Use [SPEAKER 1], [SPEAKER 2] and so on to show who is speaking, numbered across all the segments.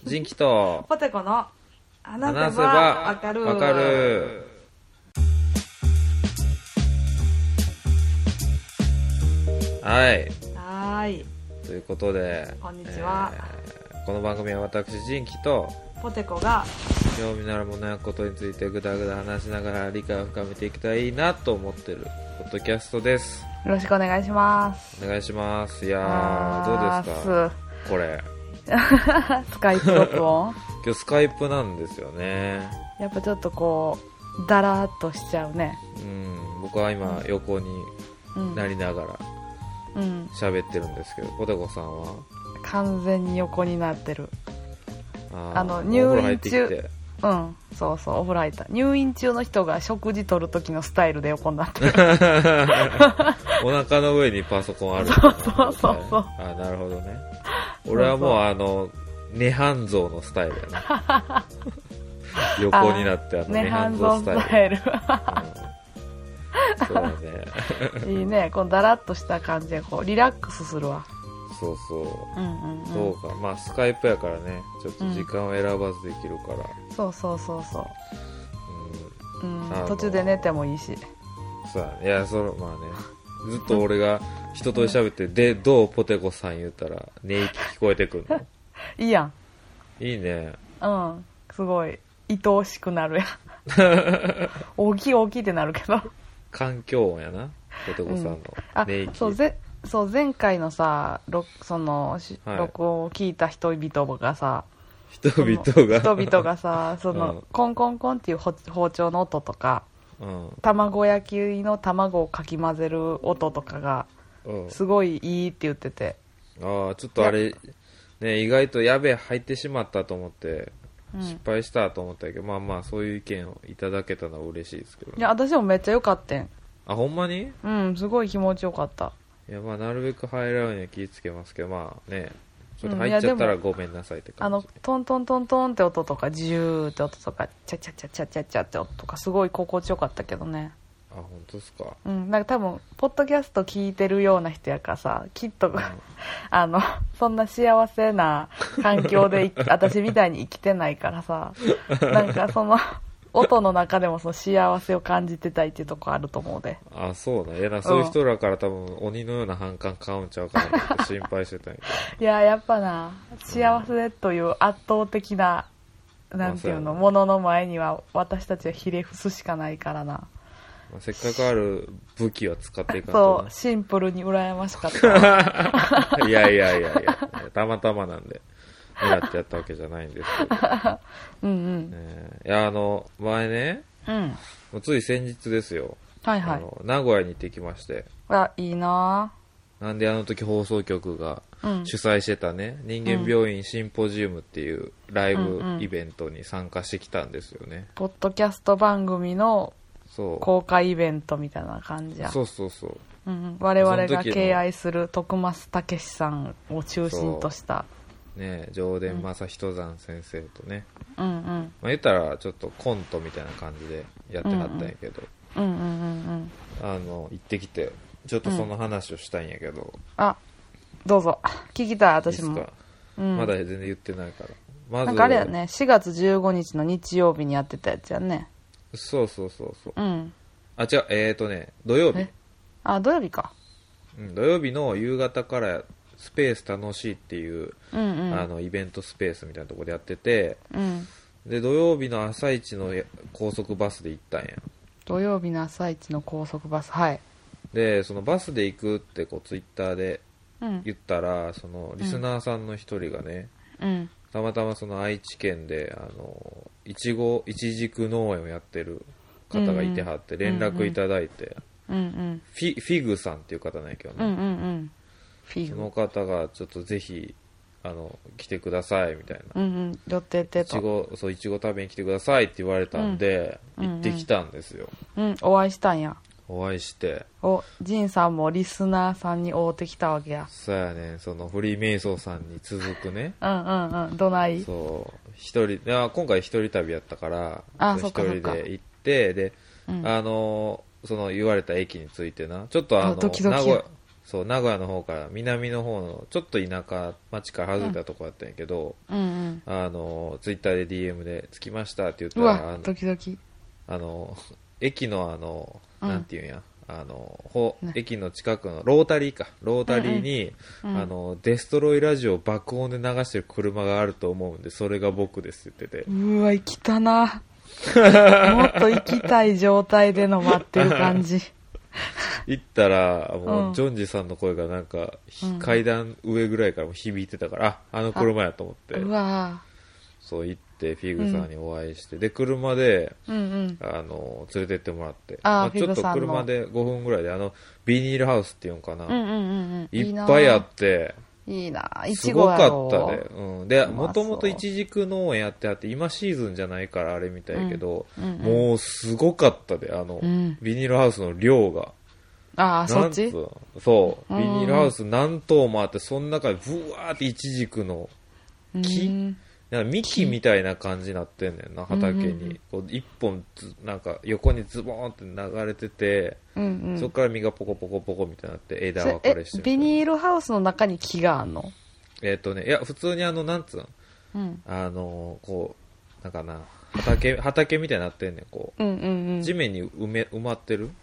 [SPEAKER 1] 人気と
[SPEAKER 2] ポテコの話せばわかる。
[SPEAKER 1] わかる。はい。
[SPEAKER 2] はい。
[SPEAKER 1] ということで、
[SPEAKER 2] こんにちは。
[SPEAKER 1] この番組は私人気と
[SPEAKER 2] ポテコが
[SPEAKER 1] 興味のあるものやことについてぐだぐだ話しながら理解を深めていきたらいいなと思ってるポッドキャストです。
[SPEAKER 2] よろしくお願いします。
[SPEAKER 1] お願いします。いやー、どうですかこれ。
[SPEAKER 2] スカイプ録音
[SPEAKER 1] 今日スカイプなんですよね。
[SPEAKER 2] やっぱちょっとこうダラーっとしちゃうね。
[SPEAKER 1] 僕は今横になりながら喋ってるんですけど、ポテコさんは
[SPEAKER 2] 完全に横になってる。
[SPEAKER 1] 入院中、
[SPEAKER 2] そうそう、お風呂入った。入院中の人が食事取る時のスタイルで横になってる。
[SPEAKER 1] お腹の上にパソコンある。
[SPEAKER 2] そう
[SPEAKER 1] あ、なるほどね。俺はもう涅槃像のスタイルやな。横になって
[SPEAKER 2] 涅槃像スタイル。
[SPEAKER 1] そうだね。
[SPEAKER 2] いいね、このダラッとした感じでこうリラックスするわ。
[SPEAKER 1] そうそう、そうか。まあスカイプやからね、ちょっと時間を選ばずできるから、
[SPEAKER 2] そう、途中で寝てもいいし。
[SPEAKER 1] そうだね。いや、まあね、ずっと俺が人と喋ってで、どうポテコさん言ったら寝息聞こえてくるの。い
[SPEAKER 2] いやん。
[SPEAKER 1] いいね。
[SPEAKER 2] すごい愛おしくなるやん。大きいってなるけど、
[SPEAKER 1] 環境音やな、ポテコさんの寝息。
[SPEAKER 2] そう前回のさ、録音を聞いた人々がさ、
[SPEAKER 1] 人々
[SPEAKER 2] がさ、コンコンコンっていう包丁の音とか、卵焼きの卵をかき混ぜる音とかがすごいいいって言ってて、
[SPEAKER 1] ああ、ちょっとあれね、意外とやべえ入ってしまったと思って失敗したと思ったけど、まあそういう意見をいただけたのは嬉しいですけど、ね、
[SPEAKER 2] いや私もめっちゃ良かったん。
[SPEAKER 1] あ、ほんまに？
[SPEAKER 2] すごい気持ちよかった。
[SPEAKER 1] いや、まあなるべく入らないように気ぃつけますけど、まあね、ちょっと入っちゃったらごめんなさいって感じ。
[SPEAKER 2] トントントントンって音とか、ジューって音とか、チャチャチャチャチャチャって音とか、すごい心地よかったけどね。
[SPEAKER 1] あ、本当ですか。
[SPEAKER 2] なんか多分ポッドキャスト聞いてるような人やからさ、きっと、そんな幸せな環境で私みたいに生きてないからさ、なんかその音の中でもその幸せを感じてたいっていうとこあると思うで。
[SPEAKER 1] あ、そうね。いや、そういう人らから多分鬼のような反感買うんちゃうかなって心配してたんやけど。
[SPEAKER 2] いや、やっぱな、幸せという圧倒的な、なんていうの、ものの前には私たちはひれ伏すしかないからな。
[SPEAKER 1] せっかくある武器は使っていかんと。
[SPEAKER 2] そう、シンプルに羨ましかった。
[SPEAKER 1] いや、たまたまなんで。狙ってやったわけじゃないんですけど。いや、前ね、もうつい先日ですよ。
[SPEAKER 2] はいはい。
[SPEAKER 1] 名古屋に行ってきまして。
[SPEAKER 2] あ、いいな
[SPEAKER 1] ぁ。なんであの時放送局が主催してたね、人間病院シンポジウムっていうライブイベントに参加してきたんですよね。
[SPEAKER 2] ポッドキャスト番組の公開イベントみたいな感じや。
[SPEAKER 1] そう。
[SPEAKER 2] 我々が敬愛する徳増武さんを中心とした
[SPEAKER 1] ね、上田正人山先生とね、まあ、言ったらちょっとコントみたいな感じでやってはったんやけど、行ってきてちょっとその話をしたいんやけど、
[SPEAKER 2] あ、どうぞ聞きたい。私もいいです
[SPEAKER 1] か、まだ全然言ってないから。まず
[SPEAKER 2] なんかあれやね、4月15日の日曜日にやってたやつやね。そう。
[SPEAKER 1] あ、違う、土曜日。
[SPEAKER 2] あ、土曜日か。
[SPEAKER 1] 土曜日の夕方からスペース楽しいっていう、イベントスペースみたいなところでやってて、で土曜日の朝一の高速バスで行ったんや。
[SPEAKER 2] 土曜日の朝一の高速バス、はい。
[SPEAKER 1] でそのバスで行くってこうツイッターで言ったら、そのリスナーさんの一人がね、たまたまその愛知県でいちじく農園をやってる方がいてはって連絡いただいて、フィグさんっていう方なんやけどね、その方がちょっとぜひ来てくださいみたいな、
[SPEAKER 2] 寄ってってと、
[SPEAKER 1] いちご食べに来てくださいって言われたんで、行ってきたんですよ。
[SPEAKER 2] お会いしたんや。
[SPEAKER 1] お会いして、
[SPEAKER 2] ジンさんもリスナーさんに会うてきたわけや。
[SPEAKER 1] そうやね、そのフリーメイソーさんに続くね、
[SPEAKER 2] どない
[SPEAKER 1] そう一人、今回一人旅やったから、一人で行って、で、その言われた駅についてな、ちょっと
[SPEAKER 2] ドキドキ
[SPEAKER 1] そう名古屋の方から南の方のちょっと田舎町から外れたとこだったんやけど、
[SPEAKER 2] うんうん
[SPEAKER 1] ツイッターで DM で着きましたって言った
[SPEAKER 2] う
[SPEAKER 1] ら
[SPEAKER 2] わドキドキ
[SPEAKER 1] 駅のなんていうんや
[SPEAKER 2] ね
[SPEAKER 1] 駅の近くのロータリーに、デストロイラジオを爆音で流してる車があると思うんでそれが僕ですって言ってて、
[SPEAKER 2] うわ生きたなもっと生きたい状態での待ってる感じ
[SPEAKER 1] 行ったらもうジョンジさんの声がなんか、階段上ぐらいからも響いてたからあの車やと思って
[SPEAKER 2] うわ
[SPEAKER 1] そう行ってフィグさんにお会いして、で車で、連れてってもらってちょっと車で5分ぐらいでビニールハウスっていうのかな、いっぱいあって
[SPEAKER 2] いいな、
[SPEAKER 1] すごかったで、でもともといちじく農園やってあって今シーズンじゃないからあれみたいやけど、もうすごかったでビニールハウスの量が
[SPEAKER 2] そっち
[SPEAKER 1] そうビニールハウス何棟もあってその中でブワーっていちじくの木なんか幹みたいな感じになってんねんな畑に、こう一本なんか横にズボーンって流れてて、そこから実がポコポコポコみたいになって枝分かれしてる。
[SPEAKER 2] ビニールハウスの中に木があんの？
[SPEAKER 1] いや普通になんつうの、こうなんかな畑みたいになってんねんこう、地面に埋まってる。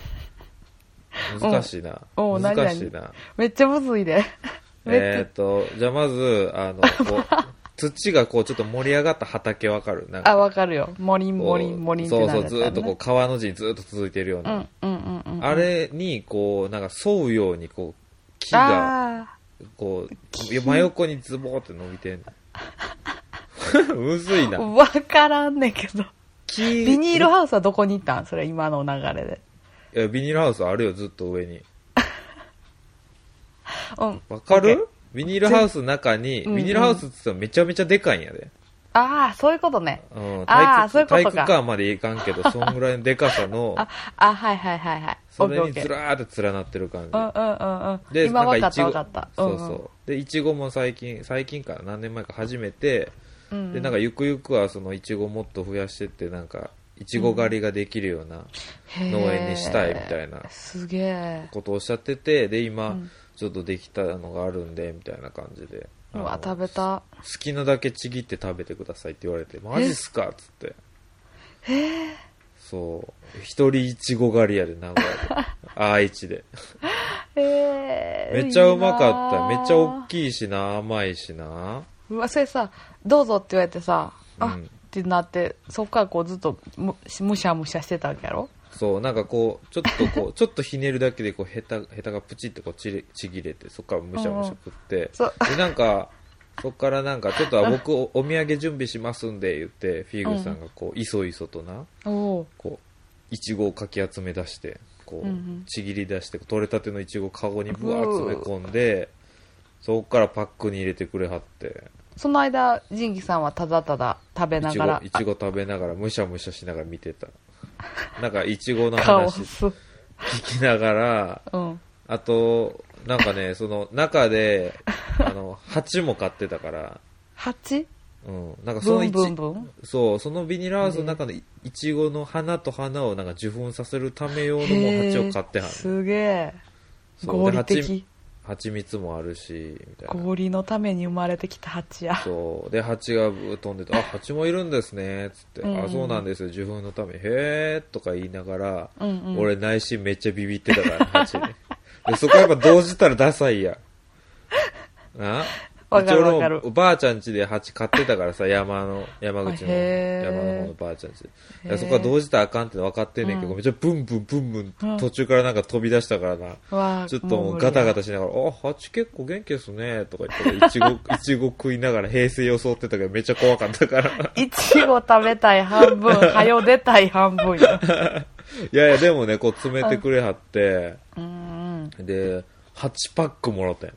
[SPEAKER 1] 難しいな。難しいな。
[SPEAKER 2] めっちゃむずいで。
[SPEAKER 1] じゃあまずこう土がこうちょっと盛り上がった畑わかる？なん
[SPEAKER 2] かわかるよ。モリンモリンモリンってなるやつ、ね、
[SPEAKER 1] そうずっとこう川の字にずっと続いてるような、あれにこうなんか沿うようにこう木がこう真横にズボーって伸びてんのむずいな。
[SPEAKER 2] わからんねんけど。ビニールハウスはどこに行ったん？それ今の流れで。
[SPEAKER 1] いやビニールハウスあるよずっと上に。わかる？ビニールハウスの中に、ビニールハウスって言ったらめちゃめちゃでかいんやで。
[SPEAKER 2] そういうことね。
[SPEAKER 1] 体育館までいかんけど、そんぐらいのでかさの、
[SPEAKER 2] はいはいはいはい。
[SPEAKER 1] それにずらーって連なってる感じ。
[SPEAKER 2] で、今分かった分かった。
[SPEAKER 1] そうそう。で、いちごも最近から何年前か始めて、で、なんかゆくゆくはそのいちごもっと増やしてって、なんか、いちご狩りができるような農園にしたいみたいなことをおっしゃってて、で、今、ちょっとできたのがあるんでみたいな感じで、
[SPEAKER 2] 食べた。
[SPEAKER 1] 好きなだけちぎって食べてくださいって言われて、マジっすかっつって、そう一人いちご狩りやで名古屋で愛知でめっちゃうまかった。めっちゃ大きいしな、甘いしな。
[SPEAKER 2] うわ、それさ、どうぞって言われてさ、ってなって、そっからこうずっとむしゃむしゃしてたわけやろ。
[SPEAKER 1] そうなんかこうちょっとひねるだけでこうヘタがプチってこうちぎれて、そっからむしゃむしゃ食って、でなんかそっからなんかちょっと僕お土産準備しますんで言ってフィーグさんがこういそいそとな、こういちごをかき集め出してこうちぎり出して取れたてのいちごカゴにブワーッ詰め込んで、そこからパックに入れてくれはって、
[SPEAKER 2] その間仁義さんはただただ食べながら
[SPEAKER 1] いちご食べながらむしゃむしゃしながら見てた。なんかいちごの話聞きながら、あとなんかねその中で蜂も飼ってたから。
[SPEAKER 2] 蜂？
[SPEAKER 1] なんかそのビニールハウスの中のいちごの花と花をなんか受粉させるため用のもう蜂を飼ってはんねん。
[SPEAKER 2] すげえ合理的。
[SPEAKER 1] 蜂蜜もあるしみたいな。
[SPEAKER 2] 合理のために生まれてきた蜂や。
[SPEAKER 1] そうで蜂がブー飛んでて、蜂もいるんですねつって、そうなんですよ受粉のため、へーとか言いながら、俺内心めっちゃビビってたから蜂にでそこやっぱ同時たらダサいやな。
[SPEAKER 2] わかるわかる。
[SPEAKER 1] おばあちゃん家で蜂飼ってたからさ、山口の山の方のばあちゃん家で、そこは同時たらあかんって分かってんねんけど、めっちゃブンブンブンブン、途中からなんか飛び出したからな、ちょっともうガタガタしながら、蜂結構元気ですねとか言っていちご食いながら平成装ってたけどめっちゃ怖かったから
[SPEAKER 2] いちご食べたい半分はよ出たい半分や
[SPEAKER 1] いやでもねこう詰めてくれはって、で8パックもらったんや。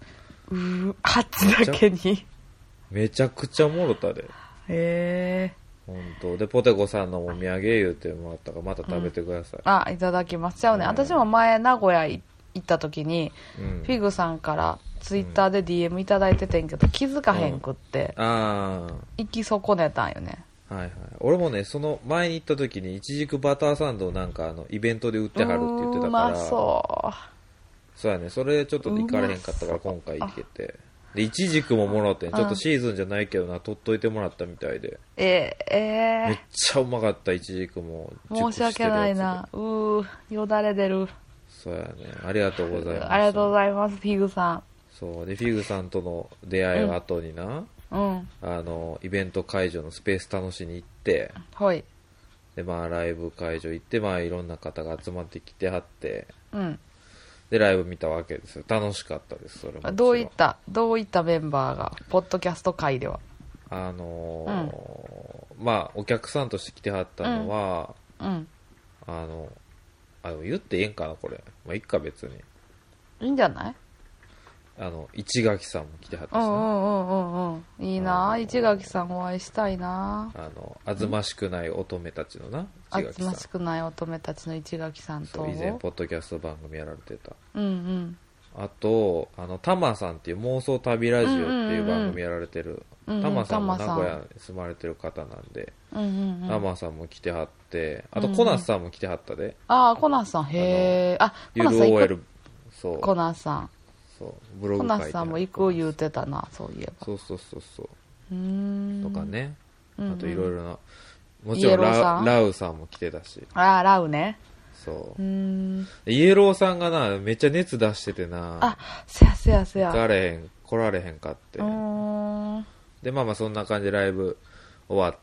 [SPEAKER 2] 8だけに
[SPEAKER 1] めちゃくちゃもろたで。本当でポテコさんのお土産言うてもらったからまた食べてください。
[SPEAKER 2] いただきます。ちゃうね、私も前名古屋行った時に、フィグさんからツイッターで DM いただいててんけど、気づかへんくって、行き損ねたんよね。
[SPEAKER 1] はいはい。俺もねその前に行った時にいちじくバターサンドをなんかイベントで売ってはるって言ってたから、 そうやね、それちょっと行かれへんかったから今回行けて。で、イチジクももらってん。ちょっとシーズンじゃないけどな、取っといてもらったみたいで。めっちゃうまかった、イチジクも。
[SPEAKER 2] 申し訳ないな。よだれ出る。
[SPEAKER 1] そうやね。ありがとうございます。
[SPEAKER 2] ありがとうございます、フィグさん。
[SPEAKER 1] そう。で、フィグさんとの出会いの後にな、イベント会場のスペース楽しに行って、
[SPEAKER 2] はい。
[SPEAKER 1] で、まあ、ライブ会場行って、まあ、いろんな方が集まってきてはって、で、ライブ見たわけですよ。楽しかったです、それも。
[SPEAKER 2] どういったメンバーが、ポッドキャスト界では。
[SPEAKER 1] まあ、お客さんとして来てはったのは、言ってええんかな、これ。まあ、いっか、別に。
[SPEAKER 2] いいんじゃない？
[SPEAKER 1] 市垣さんも来てはったし
[SPEAKER 2] ね。いいな、市垣さんお会いしたいな。
[SPEAKER 1] あずましくない乙女たちのな、
[SPEAKER 2] あずましくない乙女たちの市垣さんと。
[SPEAKER 1] 以前、ポッドキャスト番組やられてた。
[SPEAKER 2] あ
[SPEAKER 1] と、タマさんっていう妄想旅ラジオっていう番組やられてる。タマさんも名古屋に住まれてる方なんで、タマさんも来てはって、あと、コナスさんも来てはったで。
[SPEAKER 2] コナスさん、へー。
[SPEAKER 1] ゆる OL、
[SPEAKER 2] そう。コナスさん。
[SPEAKER 1] そう、ブログ書いて
[SPEAKER 2] コナスさんも行く言うてたな、そういえば。
[SPEAKER 1] そう。とかね。あといろいろな。もちろんラウさんも来てたし。
[SPEAKER 2] ラウね。
[SPEAKER 1] そう。イエローさんがな、めっちゃ熱出しててな。
[SPEAKER 2] せや。
[SPEAKER 1] 来られへんかって。で、まあそんな感じでライブ終わって、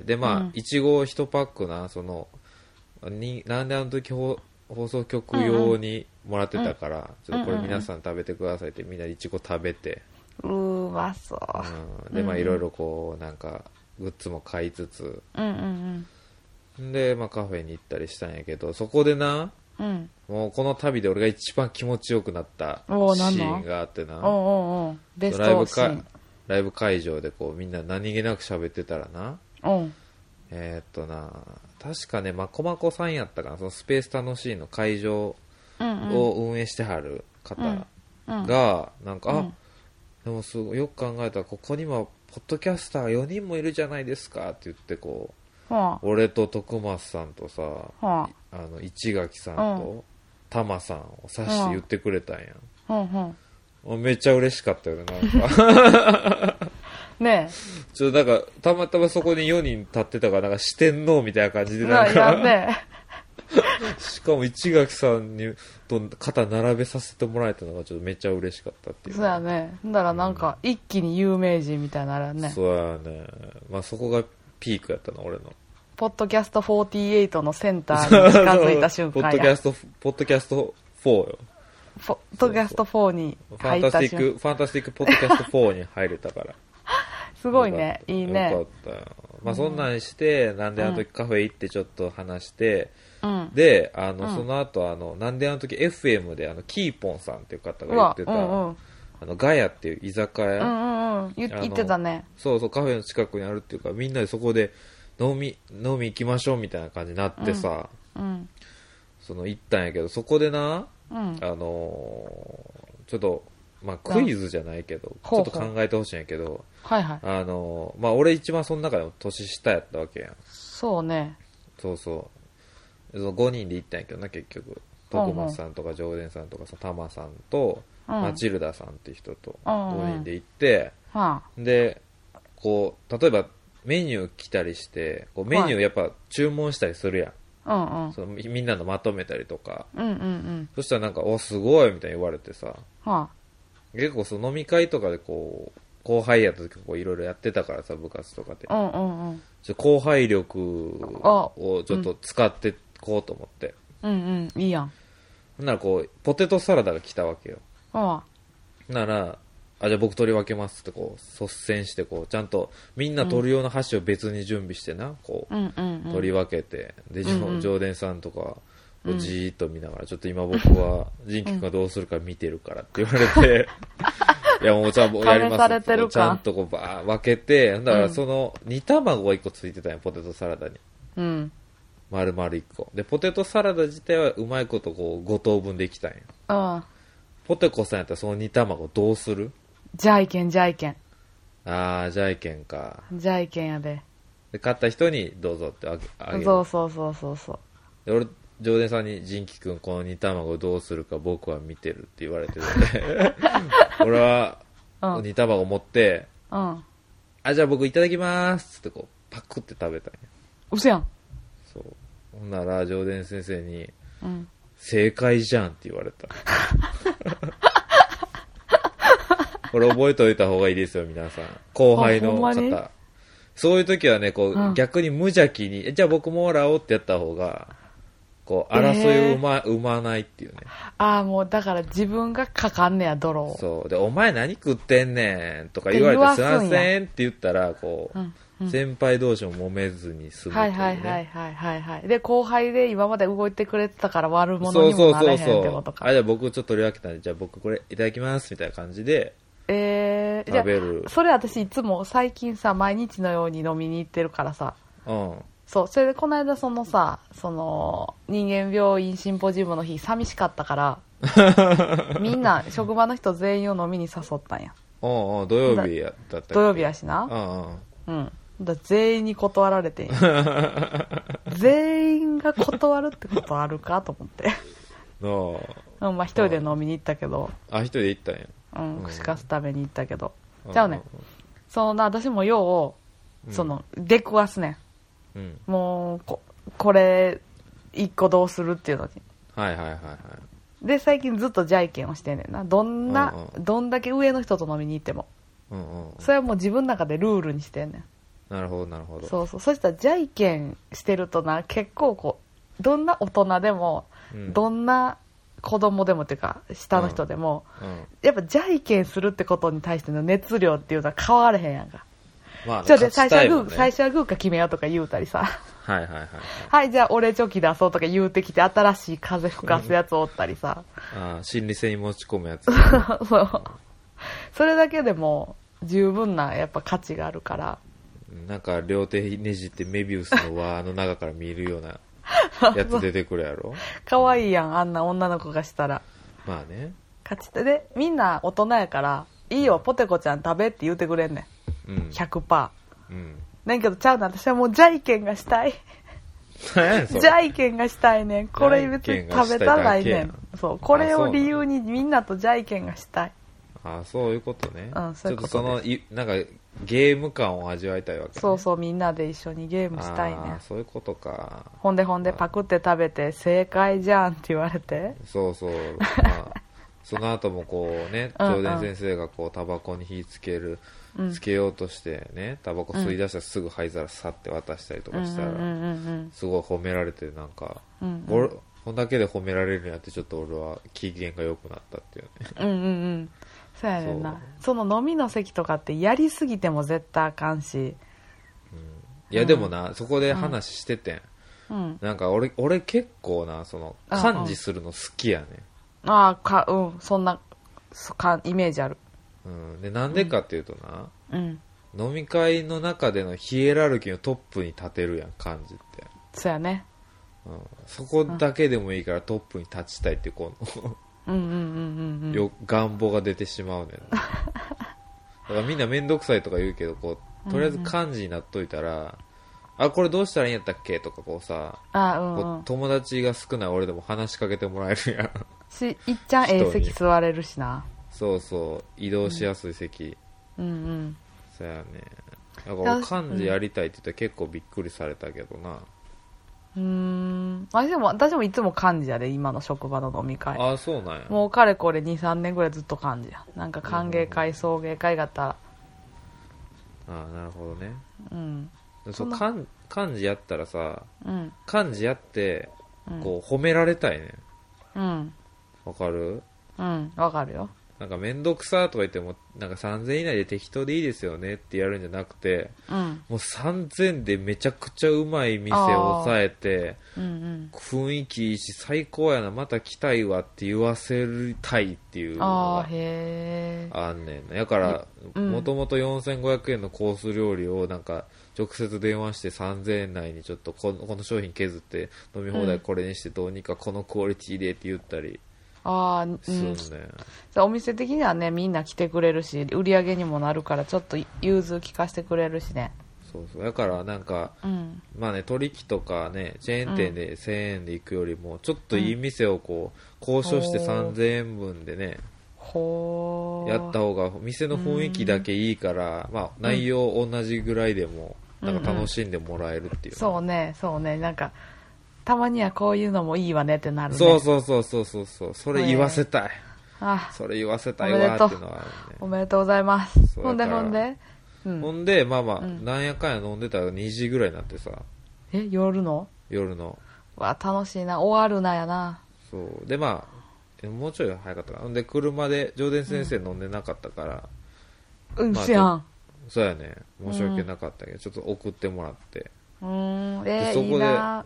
[SPEAKER 1] で、まあ、いちご1パックな、なんであの時放送局用にもらってたから、ちょっとこれ皆さん食べてくださいってみんなでいちご食べて。
[SPEAKER 2] うまそう。
[SPEAKER 1] で、まあいろいろこう、なんか、グッズも買いつつ、で、まあカフェに行ったりしたんやけど、そこでな、もうこの旅で俺が一番気持ちよくなったシーンがあってな、
[SPEAKER 2] ベストシーン。
[SPEAKER 1] ライブ会場でこうみんな何気なく喋ってたらな、確かね、まこまこさんやったかな、そのスペース楽しいの会場を運営してはる方が、なんか、でもすごいよく考えたら、ここにはポッドキャスター4人もいるじゃないですかって言って、こう、俺と徳松さんとさ、市垣さんとタマさんを指して言ってくれたんや。めっちゃ嬉しかったよね、なんか。
[SPEAKER 2] ねえ。
[SPEAKER 1] なんか、たまたまそこに4人立ってたから、なんか四天王みたいな感じで、なんか、しかも市垣さんにと肩並べさせてもらえたのがちょっとめっちゃ嬉しかったっていう。
[SPEAKER 2] そうやね。だからなんか、一気に有名人みたいなのあるね。
[SPEAKER 1] そうやね。まあそこがピークやったな、俺の。
[SPEAKER 2] ポッドキャスト48のセンターに近づいた瞬間や。
[SPEAKER 1] ポッドキャスト4よ。
[SPEAKER 2] ポッドキャスト4に入った瞬間。
[SPEAKER 1] ファンタスティックポッドキャスト4に入れたから。
[SPEAKER 2] すごいね、いいね。
[SPEAKER 1] よかったよ。まあそんなんして、なんであの時カフェ行ってちょっと話して、で、その後、なんであの時 FM で、キーポンさんっていう方が言ってた、ガヤっていう居酒屋。
[SPEAKER 2] 言ってたね。
[SPEAKER 1] そう、カフェの近くにあるっていうか、みんなでそこで飲み行きましょうみたいな感じになってさ、行ったんやけど、そこでな、ちょっと、まあクイズじゃないけど、ちょっと考えてほしいんやけど、まあ俺一番その中でも年下やったわけやん。
[SPEAKER 2] そうね。
[SPEAKER 1] そう。その5人で行ったんやけどな、結局。徳松さんとか常連さんとかさ、タマさんと、マチルダさんっていう人と5人で行って、で、こう、例えばメニュー来たりして、こうメニューやっぱ注文したりするやん。そのみんなのまとめたりとか。そしたらなんか、すごいみたいに言われてさ、結構その飲み会とかでこう、後輩やった時いろいろやってたからさ、部活とかで。後輩力をちょっと使ってこうと思って。
[SPEAKER 2] いいやん。
[SPEAKER 1] ほんならこう、ポテトサラダが来たわけよ。なら、じゃあ僕取り分けますってこう、率先してこう、ちゃんとみんな取る用の箸を別に準備してな、こう、取り分けて、で、常連さんとか、じーっと見ながら、ちょっと今僕は、ジンキ君がどうするか見てるからって言われて、いやもうちゃんとやりますってちゃんとこうバー分けて、だからその煮卵が1個ついてたんや、ポテトサラダに。丸々1個。で、ポテトサラダ自体はうまいことこう5等分できたんや。ポテコさんやったらその煮卵どうする？
[SPEAKER 2] じゃいけん。
[SPEAKER 1] じゃいけんか。
[SPEAKER 2] じゃいけんやで。
[SPEAKER 1] で、買った人にどうぞってあげる。
[SPEAKER 2] そう。
[SPEAKER 1] で、俺、 常連さんに仁紀くんこの煮卵どうするか僕は見てるって言われてて俺は煮卵持って、うん、あ、じゃあ僕いただきますってこうパクって食べたんや。
[SPEAKER 2] うそやん。
[SPEAKER 1] そう。ほんなら常連先生に、うん、正解じゃんって言われた。これ覚えておいた方がいいですよ皆さん。後輩の方。そういう時はね、こう、うん、逆に無邪気に、じゃあ僕もらおうってやった方が、こう、争いを生まないっていうね。
[SPEAKER 2] ああ、もうだから自分がかかんねや、泥を。
[SPEAKER 1] そう。で、お前何食ってんねんとか言われて、すいませんって言ったら、こう、うんうん、先輩同士も揉めずに済む、ね。
[SPEAKER 2] はいはいはいはいはいはい。で、後輩で今まで動いてくれてたから悪者にもなれへんってことか。
[SPEAKER 1] あ、じゃあ僕ちょっと取り分けたんで、じゃあ僕これいただきますみたいな感じで、食べる。
[SPEAKER 2] それ私いつも最近さ、毎日のように飲みに行ってるからさ。うん。そう、それでこの間そのさ、その人間病院シンポジウムの日寂しかったからみんな職場の人全員を飲みに誘ったんや。
[SPEAKER 1] 土曜日だったっけ。
[SPEAKER 2] 土曜日やしな。うん。だ全員に断られてん全員が断るってことあるかと思ってうん、まあ一人で飲みに行ったけど。
[SPEAKER 1] あ、一人で行ったんや。
[SPEAKER 2] うん、串カツ食べに行ったけど。じゃあね、そのな、私もよう、その、出くわすねん。うん、もう、これ、一個どうするっていうのに。
[SPEAKER 1] はいはいはいはい。
[SPEAKER 2] で、最近ずっとじゃんけんをしてんねんな。どんだけ上の人と飲みに行っても。それはもう自分の中でルールにしてんねん。
[SPEAKER 1] なるほどなるほど。
[SPEAKER 2] そうそう。そしたらじゃんけんしてるとな、結構こう、どんな大人でも、どんな子供でもっていうか下の人でも、やっぱじゃんけんするってことに対しての熱量っていうのは変われへんやんか。まあ、じゃあ最初はグーか決めようとか言うたりさ。
[SPEAKER 1] はいはいはい、はい。
[SPEAKER 2] はい、じゃあ俺チョキ出そうとか言うてきて新しい風吹かすやつおったりさ。
[SPEAKER 1] ああ、心理戦に持ち込むやつ。
[SPEAKER 2] そう。それだけでも十分なやっぱ価値があるから。
[SPEAKER 1] なんか両手ねじってメビウスの輪の中から見えるようなやつ出てくるやろ。
[SPEAKER 2] かわいいやん、あんな女の子がしたら。
[SPEAKER 1] まあね。
[SPEAKER 2] 勝ちでみんな大人やからいいよポテコちゃん食べって言うてくれんねん、うん、100%、うん、だけどちゃうな、私はもうじゃいけんがしたいじゃいけんがしたいねん。これ別に食べたないねん。そう、これを理由にみんなとじゃいけんがしたい。
[SPEAKER 1] あ、そういうことね。
[SPEAKER 2] うん、そういうことです。
[SPEAKER 1] ちょっとそのなんかゲーム感を味わいたいわけ、ね、
[SPEAKER 2] そうそう、みんなで一緒にゲームしたいね。
[SPEAKER 1] あ、そういうことか。
[SPEAKER 2] ほんでパクって食べて正解じゃんって言われて。
[SPEAKER 1] そうそう、まあ、その後もこうね、常連先生がこうタバコに火つけようとしてね、タバコ吸い出したらすぐ灰皿さって渡したりとかしたら、すごい褒められて、なんか、こんだけで褒められるんやって、ちょっと俺は機嫌が良くなったっていうね。
[SPEAKER 2] うんうんうん。そうやねんな。その飲みの席とかってやりすぎても絶対あかんし。うん、
[SPEAKER 1] いやでもな、そこで話しててん。うん、なんか俺結構な、その、感じするの好きやねん。
[SPEAKER 2] うん、そんな、イメージある。
[SPEAKER 1] うん。で、なんでかっていうとな、飲み会の中でのヒエラルキーのトップに立てるやん、感じって。
[SPEAKER 2] そうやね。
[SPEAKER 1] うん。そこだけでもいいからトップに立ちたいってこの願望が出てしまうねん。だからみんなめんどくさいとか言うけど、こう、とりあえず幹事になっといたら、あ、これどうしたらいいんやったっけとかこうさ、こう友達が少ない俺でも話しかけてもらえるやん。い
[SPEAKER 2] っちゃん席座れるしな。
[SPEAKER 1] そうそう、移動しやすい席。そうやね。だから俺幹事やりたいって言ったら結構びっくりされたけどな。
[SPEAKER 2] 私もいつも幹事やで、今の職場の飲み会。
[SPEAKER 1] あ、そうなんや。
[SPEAKER 2] もうかれこれ 2,3 年ぐらいずっと幹事や。なんか歓迎会、送迎会があったら。
[SPEAKER 1] ああ、なるほどね。うん。そう幹事やったらさ、幹事やって、こう褒められたいね。うん。わかる？
[SPEAKER 2] うん、わかるよ。
[SPEAKER 1] なんかめんどくさとか言っても、なんか3000円以内で適当でいいですよねってやるんじゃなくて、もう3000でめちゃくちゃうまい店を抑えて、雰囲気いいし最高やな、また来たいわって言わせたいっていうのがあんねんな。だからもともと4500円のコース料理をなんか直接電話して3000円内にちょっとこの商品削って飲み放題これにしてどうにかこのクオリティでって言ったり、
[SPEAKER 2] お店的にはね、みんな来てくれるし売り上げにもなるからちょっと融通聞かせてくれるしね。
[SPEAKER 1] そうそう。だからなんか、まあね、取引とかね、チェーン店で1000円で行くよりも、ちょっといい店をこう、交渉して3000円分でね、やった方が、店の雰囲気だけいいから、まあ内容同じぐらいでも、なんか楽しんでもらえるっていう。
[SPEAKER 2] そうね、そうね、なんか、たまにはこういうのもいいわねってなるね。
[SPEAKER 1] そうそうそうそうそう。それ言わせたい。それ言わせたいわっていうのはあるね。
[SPEAKER 2] おめでとうございます。ほんで、
[SPEAKER 1] ほんで、まあまあ、なんやかんや飲んでたら2時ぐらいになってさ。
[SPEAKER 2] 夜の。わ、楽しいな。終わるなやな。
[SPEAKER 1] そう。で、まあ、もうちょい早かったかな。で、車で、上田先生飲んでなかったから。
[SPEAKER 2] しやん。
[SPEAKER 1] そうやね。申し訳なかったけど、ちょっと送ってもらって。そこで、
[SPEAKER 2] いいな。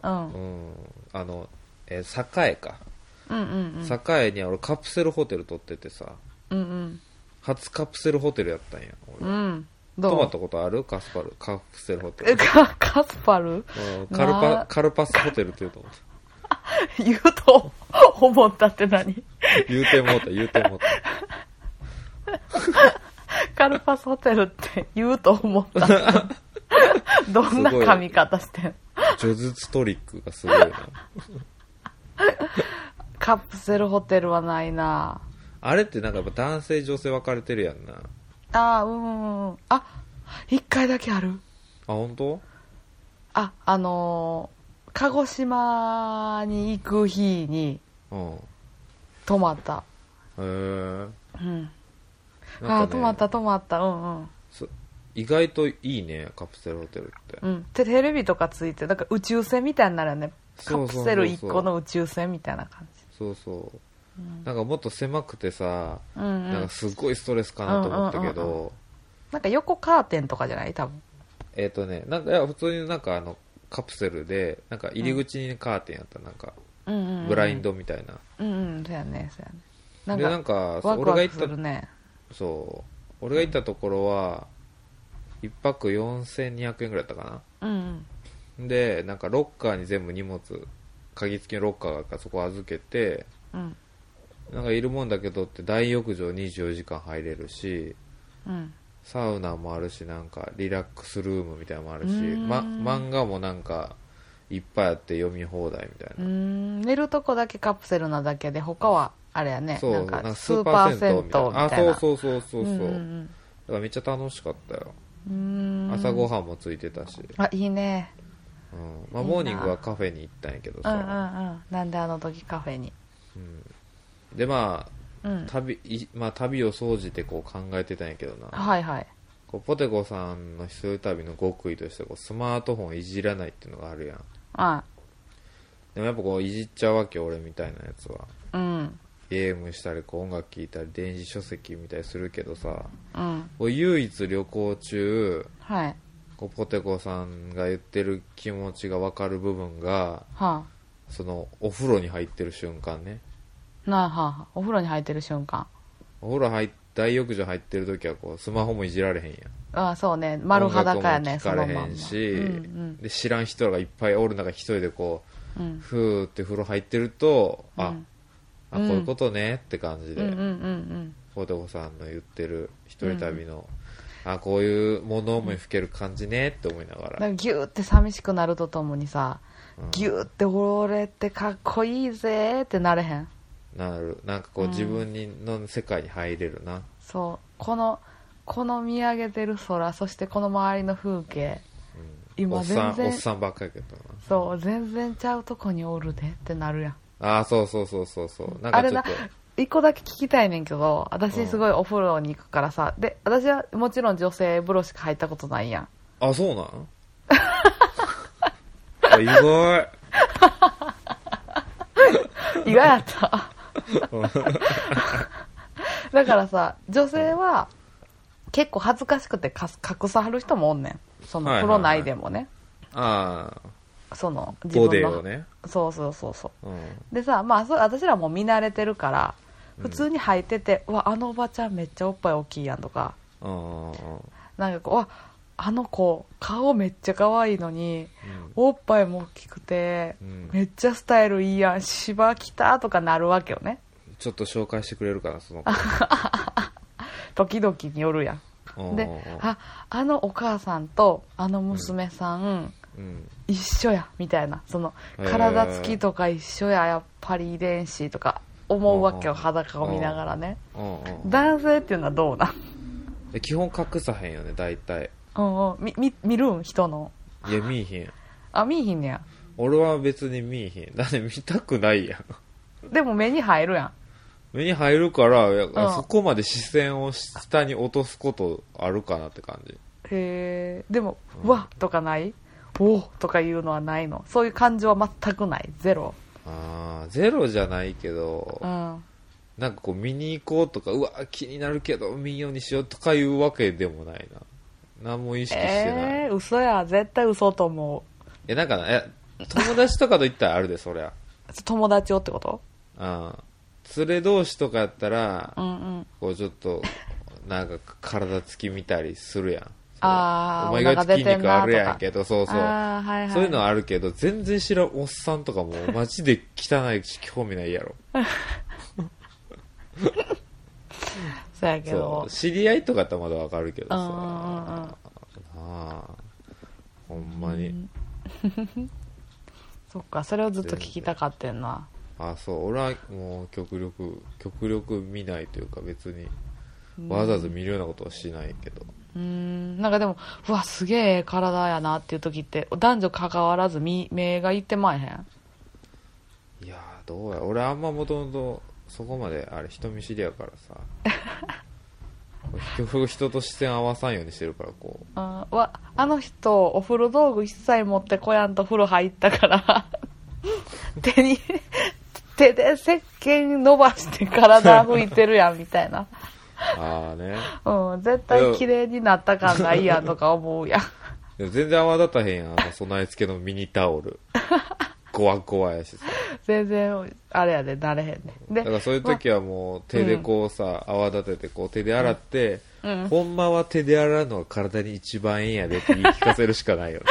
[SPEAKER 1] 栄か。栄には俺カプセルホテル取っててさ。初カプセルホテルやったんや。俺。泊まったことある？カプセルホテル。
[SPEAKER 2] カスパル？
[SPEAKER 1] カルパスホテルって言うと思った。
[SPEAKER 2] 言うと思ったって何？
[SPEAKER 1] 言うてもった。
[SPEAKER 2] カルパスホテルって言うと思った。どんな髪型してん？
[SPEAKER 1] 叙述トリックがすごいな。
[SPEAKER 2] カプセルホテルはないな。
[SPEAKER 1] あれってなんかやっぱ男性女性分かれてるやんな。
[SPEAKER 2] 一回だけある。
[SPEAKER 1] 本当？
[SPEAKER 2] 鹿児島に行く日に泊まった。
[SPEAKER 1] 泊
[SPEAKER 2] まった。
[SPEAKER 1] 意外といいね、カプセルホテルって。
[SPEAKER 2] テレビとかついて、だから宇宙船みたいになるよね。カプセル1個の宇宙船みたいな感じ。
[SPEAKER 1] そうそう。なんかもっと狭くてさ、なんかすごいストレスかなと思ったけど、
[SPEAKER 2] なんか横カーテンとかじゃない多分。
[SPEAKER 1] なんかいや普通になんかカプセルでなんか入り口にカーテンやった、なんかブラインドみたいな。
[SPEAKER 2] そうやね。
[SPEAKER 1] なんか俺が行ったところは1泊4200円ぐらいだったかな。でなんかロッカーに全部荷物、鍵付きのロッカーがあるからそこ預けて。なんかいるもんだけどって大浴場24時間入れるし、サウナもあるし、なんかリラックスルームみたいなのもあるし、漫画もなんかいっぱいあって読み放題みたいな。
[SPEAKER 2] 寝るとこだけカプセルなだけで他はあれやね。
[SPEAKER 1] そう、
[SPEAKER 2] なんかスーパー銭湯みたいな。
[SPEAKER 1] そう。だからめっちゃ楽しかったよ。朝ごはんもついてたし。
[SPEAKER 2] いいね。
[SPEAKER 1] モーニングはカフェに行ったんやけどさ。
[SPEAKER 2] なんであの時カフェに。
[SPEAKER 1] で旅を総じてこう考えてたんやけどな。こうポテコさんの一人旅の極意としてこうスマートフォンいじらないっていうのがあるやん。でもやっぱこういじっちゃうわけ、俺みたいなやつは。ゲームしたりこう音楽聴いたり電子書籍見たりするけどさ、こう唯一旅行中、こうポテコさんが言ってる気持ちが分かる部分が、そのお風呂に入ってる瞬間ね。
[SPEAKER 2] お風呂に入ってる瞬間。
[SPEAKER 1] 大浴場入ってる時はこうスマホもいじられへんやん。
[SPEAKER 2] そうね、丸裸やね。
[SPEAKER 1] 音楽も聞かれへんし、で知らん人らがいっぱいおる中一人でこう、ふーって風呂入ってると、こういうことねって感じで、ポテコさんの言ってる一人旅の、こういう物思いふける感じねって思いながら。
[SPEAKER 2] ギューって寂しくなるとともにさ、ギューって俺ってかっこいいぜってなれへん？
[SPEAKER 1] なんかこう自分の世界に入れるな。
[SPEAKER 2] そう。この見上げてる空、そしてこの周りの風景、今全然
[SPEAKER 1] おっさんばっかりやけどな。
[SPEAKER 2] そう、全然ちゃうとこにおるでってなるやん。
[SPEAKER 1] そうなんかちょっと
[SPEAKER 2] 一個だけ聞きたいねんけど、私すごいお風呂に行くからさ、で私はもちろん女性風呂しか入ったことないやん。
[SPEAKER 1] そうなん意外
[SPEAKER 2] 意外やっただからさ、女性は結構恥ずかしくて隠さはる人もおんねん。その風呂内でもね。その自分のボディをね。そう、でさ、私らも見慣れてるから普通に履いてて、あのおばちゃんめっちゃおっぱい大きいやんとか、なんかこう、あの子顔めっちゃ可愛いのに、おっぱいも大きくて、めっちゃスタイルいいやん、芝来たとかなるわけよね。
[SPEAKER 1] ちょっと紹介してくれるかな、その子
[SPEAKER 2] 時々によるやん。 で、あのお母さんとあの娘さん、一緒やみたいな、その体つきとか一緒や、やっぱり遺伝子とか思うわけよ、裸を見ながらね。男性っていうのはどうなん？
[SPEAKER 1] 基本隠さへんよね、大体。
[SPEAKER 2] 見るん人の。
[SPEAKER 1] いや、見いひん。
[SPEAKER 2] あ、見いひんねや。
[SPEAKER 1] 俺は別に見いひん。だって見たくないやん。
[SPEAKER 2] でも目に入るやん。
[SPEAKER 1] 目に入るから、そこまで視線を下に落とすことあるかなって感じ。
[SPEAKER 2] へえ。でも、わっとかない？おとかいうのはないの？そういう感情は全くない？ゼロ？
[SPEAKER 1] ゼロじゃないけど、なんかこう見に行こうとか、うわ気になるけど見んようにしようとかいうわけでもないな。何も意識してない。
[SPEAKER 2] 嘘や。絶対嘘と思
[SPEAKER 1] う。なんか友達とかと言ったらあるで、そりゃ。
[SPEAKER 2] 友達をってこと？
[SPEAKER 1] 連れ同士とかやったら、こうちょっとなんか体つき見たりするやん。お前が筋肉あるやんけど、そうそう、そういうのはあるけど、全然知らんおっさんとかもマジで汚いし興味ないやろ。
[SPEAKER 2] そうやけど、
[SPEAKER 1] 知り合いとかやったらまだわかるけどさ、ほんまに
[SPEAKER 2] そっか、それをずっと聞きたかってんな。
[SPEAKER 1] そう俺はもう極力見ないというか、別にわざわざ見るようなことはしないけど、
[SPEAKER 2] なんかでも、うわすげえ体やなっていう時って男女関わらず目がいってまえへん？
[SPEAKER 1] いやどうや、俺あんまもともとそこまで人見知りやからさ結局人と視線合わさんようにしてるから、こう
[SPEAKER 2] あの人お風呂道具一切持ってこやんと風呂入ったから手で石鹸伸ばして体拭いてるやんみたいな
[SPEAKER 1] ね、
[SPEAKER 2] 絶対綺麗になった感ないやんとか思うやん。
[SPEAKER 1] でも全然泡立たへんやん、備え付けのミニタオルゴワゴワやしさ、
[SPEAKER 2] 全然あれやでなれへんね。
[SPEAKER 1] だからそういう時はもう手でこうさ、泡立ててこう手で洗って、ほんまは手で洗うのが体に一番ええんやでって言い聞かせるしかないよね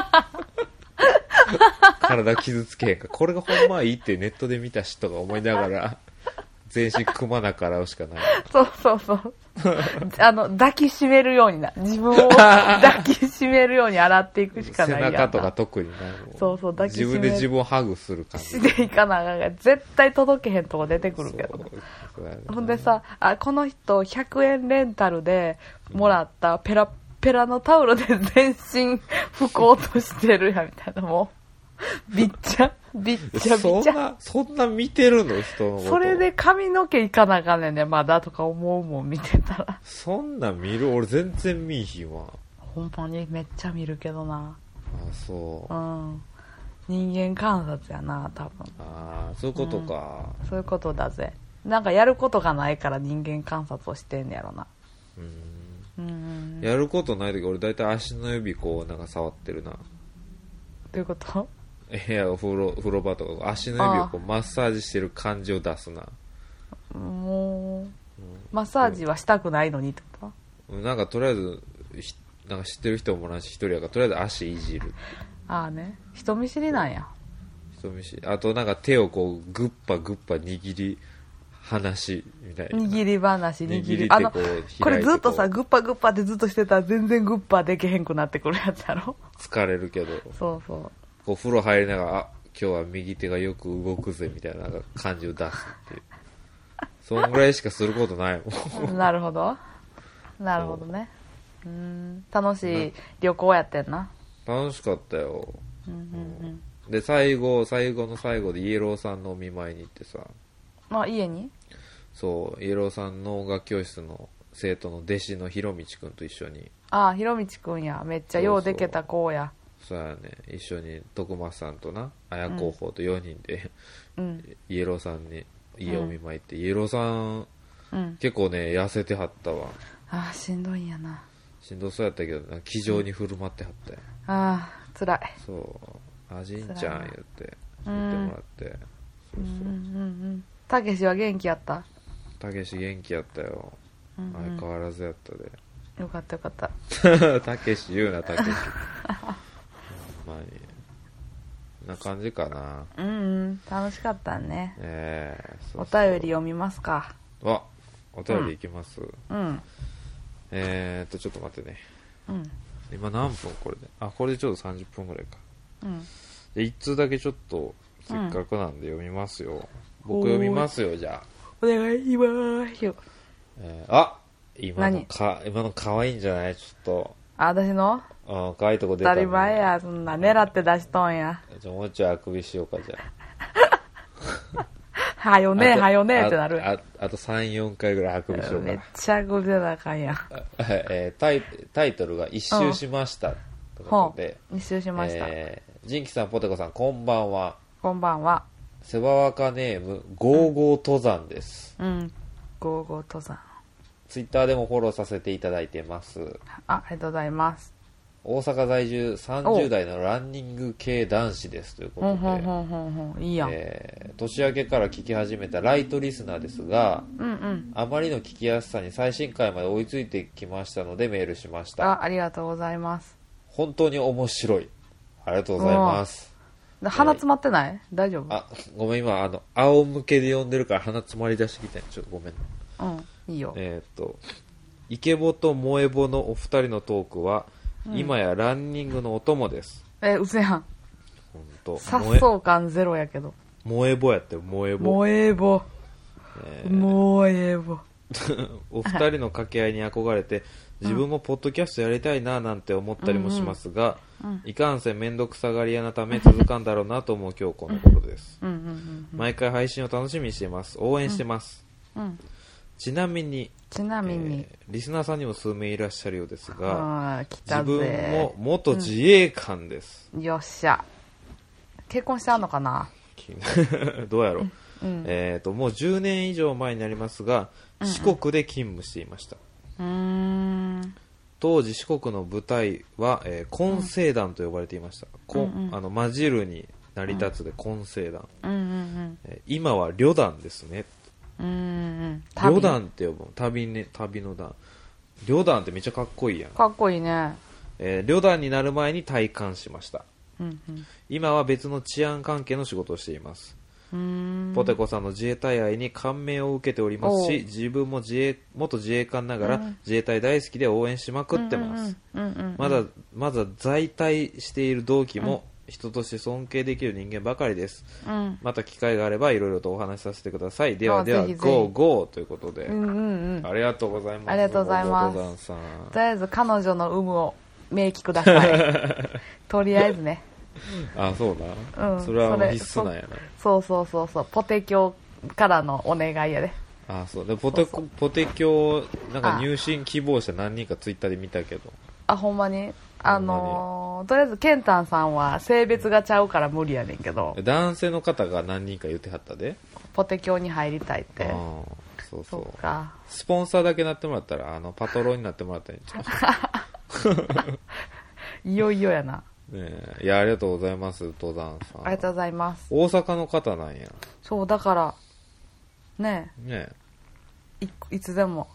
[SPEAKER 1] 体傷つけへんか、これがほんまはいいってネットで見たしとか思いながら全身くまなく洗うしかない。
[SPEAKER 2] そう抱きしめるように自分を抱きしめるように洗っていくしかないやんな。
[SPEAKER 1] 背中とか特にな、
[SPEAKER 2] 抱きしめる、
[SPEAKER 1] 自分で自分をハグする感じ
[SPEAKER 2] していかなあかんが絶対届けへんとこ出てくるけど、ほんでさ、この人100円レンタルでもらったペラペラのタオルで全身拭こうとしてるやみたいな、もうびっちゃ
[SPEAKER 1] そんな見てるの、人のこと。
[SPEAKER 2] それで髪の毛いかなあかんねんねまだとか思うもん、見てたら。
[SPEAKER 1] そんな見る？俺全然見いひんわ。
[SPEAKER 2] ほんまにめっちゃ見るけどな。
[SPEAKER 1] そう、
[SPEAKER 2] 人間観察やな多分。
[SPEAKER 1] そういうことか、
[SPEAKER 2] そういうことだぜ。なんかやることがないから人間観察をしてんねやろな。
[SPEAKER 1] やることない時俺大体足の指こうなんか触ってるな。
[SPEAKER 2] どういうこと？
[SPEAKER 1] お風呂場とか足の指をこうマッサージしてる感じを出すな。
[SPEAKER 2] もう、マッサージはしたくないのにってこと？
[SPEAKER 1] なんかとりあえずなんか知ってる人も同じ一人やからとりあえず足いじる。
[SPEAKER 2] ね、人見知りなんや。
[SPEAKER 1] 人見知り。あとなんか手をこうグッパグッパ握り話みたいな。
[SPEAKER 2] 握り話
[SPEAKER 1] 握り
[SPEAKER 2] これずっとさグッパグッパってずっとしてたら全然グッパできへんくなってくるやつやろ。
[SPEAKER 1] 疲れるけど。
[SPEAKER 2] そう
[SPEAKER 1] こう風呂入りながら今日は右手がよく動くぜみたいな感じを出すっていう。そんぐらいしかすることないもん。
[SPEAKER 2] なるほどね。楽しい旅行やってんな。
[SPEAKER 1] 楽しかったよ。で最後の最後でイエローさんのお見舞いに行ってさ。
[SPEAKER 2] 家に？
[SPEAKER 1] そう、イエローさんの音楽教室の生徒の弟子のひろみちくんと一緒に。
[SPEAKER 2] ひろみちくんや、めっちゃようでけた子や。
[SPEAKER 1] そうやね、一緒に徳松さんとな綾候補と4人で、イエローさんに家お見舞い行って、イエローさん、結構ね痩せてはったわ。
[SPEAKER 2] しんどいんやな。
[SPEAKER 1] しんどそうやったけどな、気丈に振る舞ってはったよ。
[SPEAKER 2] つらい。
[SPEAKER 1] そうじんちゃん言ってもらって、
[SPEAKER 2] たけしは元気やった？
[SPEAKER 1] たけし元気やったよ、相変わらずやったで。
[SPEAKER 2] よかった
[SPEAKER 1] たけし言うな、たけしほんまにな感じかな。
[SPEAKER 2] 楽しかったね。
[SPEAKER 1] そうそう、
[SPEAKER 2] お便り読みますか。
[SPEAKER 1] お便りいきます。 ちょっと待ってね。
[SPEAKER 2] うん。
[SPEAKER 1] 今何分これで。これでちょうど30分ぐらいか。
[SPEAKER 2] うん。
[SPEAKER 1] で、一通だけちょっと、せっかくなんで読みますよ。僕読みますよ、じゃあ。
[SPEAKER 2] お願いしますよ。
[SPEAKER 1] 今の可愛いんじゃない？ちょっと。
[SPEAKER 2] 私の？
[SPEAKER 1] 可愛いとこ出た、
[SPEAKER 2] 当たり前や、そんな狙って出しとんや。
[SPEAKER 1] じゃあもうちょいあくびしようか、じゃ
[SPEAKER 2] あ。はよねってなる。
[SPEAKER 1] あと3、4回ぐらいあくびしようか。
[SPEAKER 2] めっちゃあくびせなあかんやん。
[SPEAKER 1] タイトルが一周しました。ということで。
[SPEAKER 2] 一周しました。
[SPEAKER 1] ジンキさん、ポテコさん、こんばんは。
[SPEAKER 2] こんばんは。
[SPEAKER 1] セバワカネーム、ゴーゴー登山です。
[SPEAKER 2] うん。ゴーゴー登山。
[SPEAKER 1] ツイッターでもフォローさせていただいてます。
[SPEAKER 2] ありがとうございます。
[SPEAKER 1] 大阪在住30代のランニング系男子ですということで、
[SPEAKER 2] いいやん。
[SPEAKER 1] 年明けから聞き始めたライトリスナーですが、あまりの聞きやすさに最新回まで追いついてきましたのでメールしました。
[SPEAKER 2] ありがとうございます。
[SPEAKER 1] 本当に面白い。ありがとうございます。
[SPEAKER 2] 鼻詰まってない？大丈夫？
[SPEAKER 1] ごめん、今仰向けで読んでるから鼻詰まり出してきた。ちょっとごめん。
[SPEAKER 2] いいよ。
[SPEAKER 1] イケボと萌えボのお二人のトークは、今やランニングのお供です。
[SPEAKER 2] うせやん。
[SPEAKER 1] ほんと。
[SPEAKER 2] 殺走感ゼロやけど。
[SPEAKER 1] 萌えボやって、萌えボ。
[SPEAKER 2] 萌えボ。萌えボ。
[SPEAKER 1] お二人の掛け合いに憧れて、自分もポッドキャストやりたいななんて思ったりもしますが、いかんせんめんどくさがり屋なため続かんだろうなと思う今日この頃です。毎回配信を楽しみにしています。応援してます。ちなみに、リスナーさんにも数名いらっしゃるようですが、自分も元自衛官です。
[SPEAKER 2] よっしゃ。結婚してあんのかな？
[SPEAKER 1] どうやろう。もう10年以上前になりますが、四国で勤務していました。当時四国の部隊は、混成団と呼ばれていました。混じるに成り立つで混成団。今は旅団ですね。旅団って呼ぶ。旅の団。旅団ってめっちゃかっこいいやん。
[SPEAKER 2] かっこいいね。
[SPEAKER 1] 旅団になる前に退官しました。今は別の治安関係の仕事をしています。ポテコさんの自衛隊愛に感銘を受けておりますし、自分も元自衛官ながら自衛隊大好きで応援しまくってます。まだ在隊している同期も人として尊敬できる人間ばかりです。また機会があればいろいろとお話しさせてください。ではゴーゴーということで、ありがとうございます。
[SPEAKER 2] ありがとうございます。とりあえず彼女の有無を明記ください。とりあえずね。
[SPEAKER 1] そうな。それは必須なんやな。
[SPEAKER 2] そう。ポテ教からのお願いやで。
[SPEAKER 1] そうでポテ教なんか入信希望者何人かツイッターで見たけど。
[SPEAKER 2] ほんまにとりあえずケンタンさんは性別がちゃうから無理やねんけど。
[SPEAKER 1] 男性の方が何人か言ってはったで。
[SPEAKER 2] ポテ教に入りたいって。
[SPEAKER 1] そうか。スポンサーだけなってもらったらパトロンになってもらったらいいんちゃ
[SPEAKER 2] う。いよいよやな。
[SPEAKER 1] いや、ありがとうございます、登山さん。
[SPEAKER 2] ありがとうございます。
[SPEAKER 1] 大阪の方なんや。
[SPEAKER 2] そう、だから、いつでも。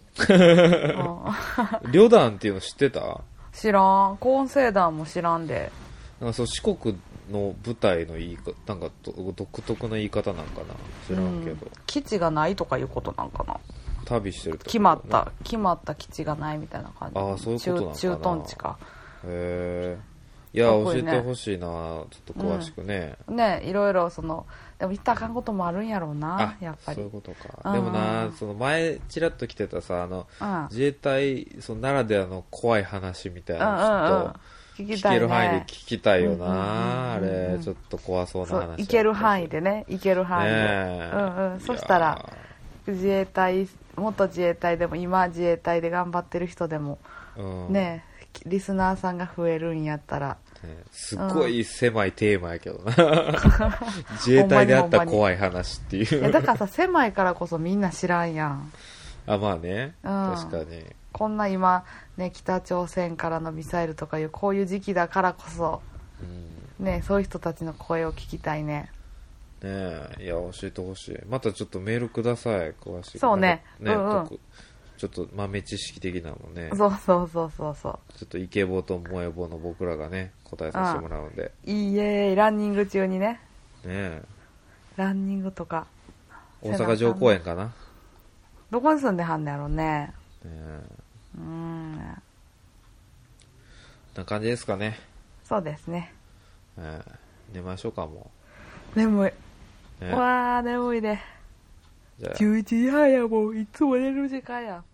[SPEAKER 1] 旅団っていうの知ってた？
[SPEAKER 2] 知らん。混成団も知らんで。
[SPEAKER 1] なんか四国の舞台の言い方、なんか独特な言い方なんかな。知らんけど。
[SPEAKER 2] 基地がないとかいうことなんかな。
[SPEAKER 1] 旅してるってこと、
[SPEAKER 2] 決まった基地がないみたいな感じ。
[SPEAKER 1] そういうことなのかな。
[SPEAKER 2] 駐屯地か。
[SPEAKER 1] いや、教えてほしいな、ちょっと詳しくね。
[SPEAKER 2] いろいろでも言ったらあかんこともあるんやろうな、やっぱり。
[SPEAKER 1] そういうことか。でもな、前ちらっと来てたさ、自衛隊ならではの怖い話みたいなちょっと聞ける範囲で聞きたいよな、あれ、ちょっと怖そうな話。
[SPEAKER 2] いける範囲でね、いける範囲で。そしたら、元自衛隊でも、今自衛隊で頑張ってる人でも、リスナーさんが増えるんやったら、
[SPEAKER 1] すっごい狭いテーマやけどな。自衛隊であった怖い話っていう。
[SPEAKER 2] だからさ、狭いからこそみんな知らんやん。
[SPEAKER 1] まあね、確かに。
[SPEAKER 2] こんな今北朝鮮からのミサイルとかいうこういう時期だからこそ、そういう人たちの声を聞きたいね。
[SPEAKER 1] いや、教えてほしい。またちょっとメールください、詳しい。
[SPEAKER 2] そうね。
[SPEAKER 1] ちょっと豆知識的なのね。
[SPEAKER 2] そう。ち
[SPEAKER 1] ょっとイケボと萌えボの僕らがね、答えさせてもらうんで。
[SPEAKER 2] ランニング中にね。ランニングとか。
[SPEAKER 1] 大阪城公園かな。
[SPEAKER 2] どこに住んではんのやろうね。
[SPEAKER 1] な感じですかね。
[SPEAKER 2] そうですね。
[SPEAKER 1] 寝ましょうか、も
[SPEAKER 2] う。眠い。
[SPEAKER 1] ね、
[SPEAKER 2] わー、眠いで。11時半やもん。いつも寝る時間や。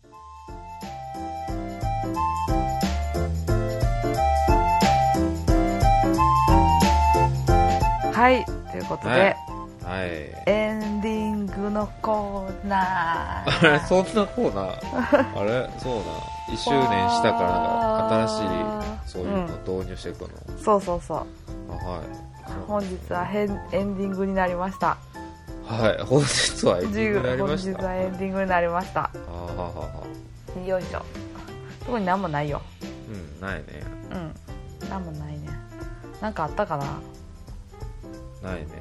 [SPEAKER 2] はい、ということで、
[SPEAKER 1] はい、
[SPEAKER 2] エンディングのコーナ
[SPEAKER 1] ー。あれ、そんなコーナーあれそうな。1周年したから新しいそういうのを導入していくの、
[SPEAKER 2] そうそうそう。
[SPEAKER 1] はい。
[SPEAKER 2] 本日はエンディングになりました。
[SPEAKER 1] はい、本日はエンディングになりました。
[SPEAKER 2] 本日はエンディングになりました。よいしょ。特に何もないよ。
[SPEAKER 1] ないね。
[SPEAKER 2] 何もないね。なんかあったかな。
[SPEAKER 1] ないね。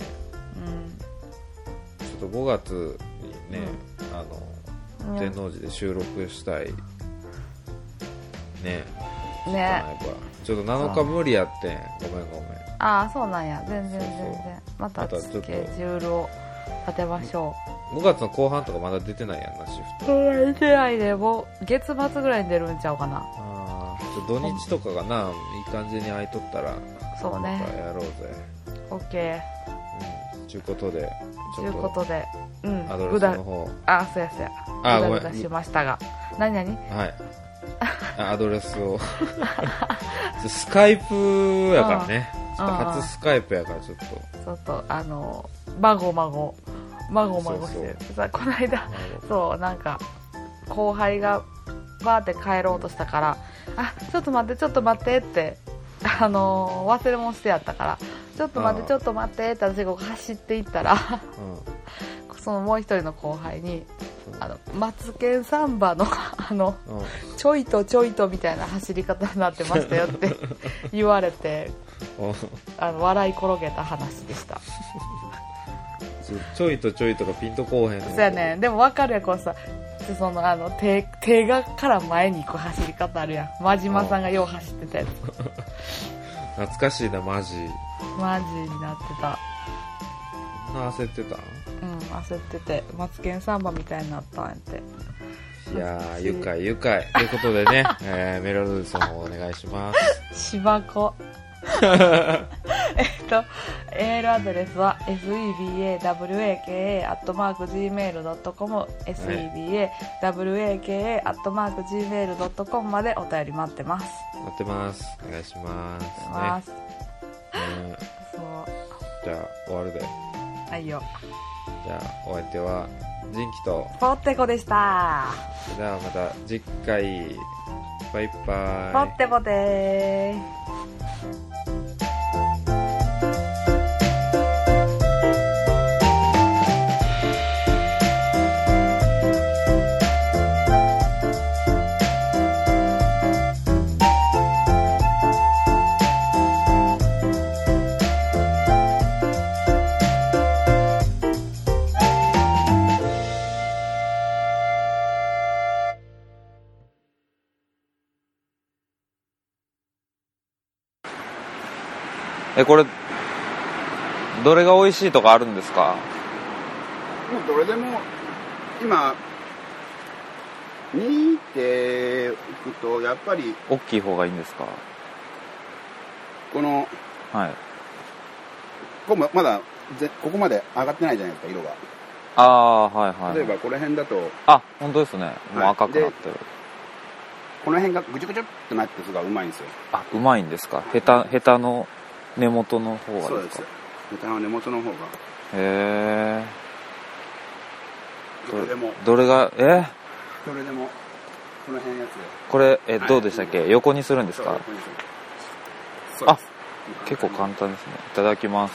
[SPEAKER 1] ちょっと5月にね、天王寺で収録したいね。ちょっと7日無理やってん。ごめん。
[SPEAKER 2] ああ、そうなんや。全然。またスケジュールを立てましょ
[SPEAKER 1] う。5月の後半とかまだ出てないやんな、シフト。
[SPEAKER 2] 出てないね。もう月末ぐらいに出るんちゃうかな。
[SPEAKER 1] 土日とかがな、いい感じに空いとったら、
[SPEAKER 2] そうね。
[SPEAKER 1] またやろうぜ。
[SPEAKER 2] オッケ
[SPEAKER 1] ー。ちゅうことで、
[SPEAKER 2] ア
[SPEAKER 1] ドレスの方。
[SPEAKER 2] そうや。ごめん。しましたが。何
[SPEAKER 1] はい。アドレスをスカイプやからね。ちょっと初スカイプやからちょっと
[SPEAKER 2] まごまごしてさ、この間そうなんか後輩がバーって帰ろうとしたから、ちょっと待ってって忘れ物してやったから、ちょっと待ってって私が走っていったらそのもう一人の後輩にマツケンサンバのちょいとみたいな走り方になってましたよって言われて笑い転げた話でした。
[SPEAKER 1] ちょいとかピンとこうへん。
[SPEAKER 2] そうやね。でも分かるや、こうさ、その手がから前に行く走り方あるやん。真島さんがよう走ってたやつ。
[SPEAKER 1] 懐かしいな、マジに
[SPEAKER 2] なってた。
[SPEAKER 1] そんな焦ってた？
[SPEAKER 2] 焦ってて、マツケンサンバみたいになったんやって。
[SPEAKER 1] いやー、愉快。ということでね、メロディーをお願いします。
[SPEAKER 2] 芝子。メールアドレスは sebawaka@gmail.com sebawaka@gmail.com までお便り待ってます。
[SPEAKER 1] お願いします。
[SPEAKER 2] そう。
[SPEAKER 1] じゃあ終わるで。
[SPEAKER 2] はいよ。
[SPEAKER 1] じゃあお相手はジンキと
[SPEAKER 2] ポッテコでした。
[SPEAKER 1] ではまた次回。バイバイ。
[SPEAKER 2] ポッテコでーす。
[SPEAKER 1] これどれが美味しいとかあるんですか？
[SPEAKER 3] もうどれでも今見ていくとやっぱり
[SPEAKER 1] 大きい方がいいんですか？
[SPEAKER 3] この
[SPEAKER 1] はい
[SPEAKER 3] ここまだここまで上がってないじゃないですか、色が。
[SPEAKER 1] はい。
[SPEAKER 3] 例えばこの辺だと
[SPEAKER 1] 本当ですね。もう赤くなってる。
[SPEAKER 3] この辺がぐちゅぐちゅっとなってすごいうまいんですよ。
[SPEAKER 1] うまいんですか？ヘタの根元の方がですか？
[SPEAKER 3] そうです。ヘタの根元の方が。
[SPEAKER 1] へ
[SPEAKER 3] どれでも。
[SPEAKER 1] どれが
[SPEAKER 3] どれでもこの辺のやつ。
[SPEAKER 1] これどうでしたっけ？横にするんですか？結構簡単ですね。いただきます。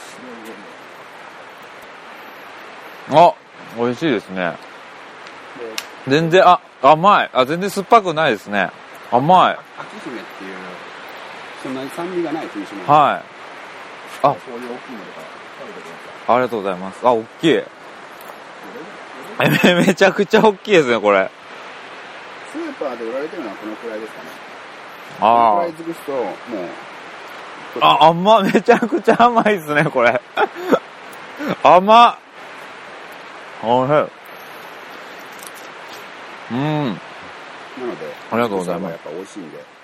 [SPEAKER 1] 美味しいですね。全然甘い。全然酸っぱくないですね。甘い。
[SPEAKER 3] 秋姫っていうそんなに酸味がない品種なんです。
[SPEAKER 1] はい。
[SPEAKER 3] そういう大きいのとか食べてくだ
[SPEAKER 1] さい。ありがとうございます。大きい。めちゃくちゃ大きいですね、これ。
[SPEAKER 3] スーパーで売られてるのはこのくらいですかね。このくらい尽くすともう
[SPEAKER 1] 甘っ。めちゃくちゃ甘いですね、これ。甘っ。おいしい。
[SPEAKER 3] なので、
[SPEAKER 1] ありがとうございます。
[SPEAKER 3] やっぱ美味しいんで。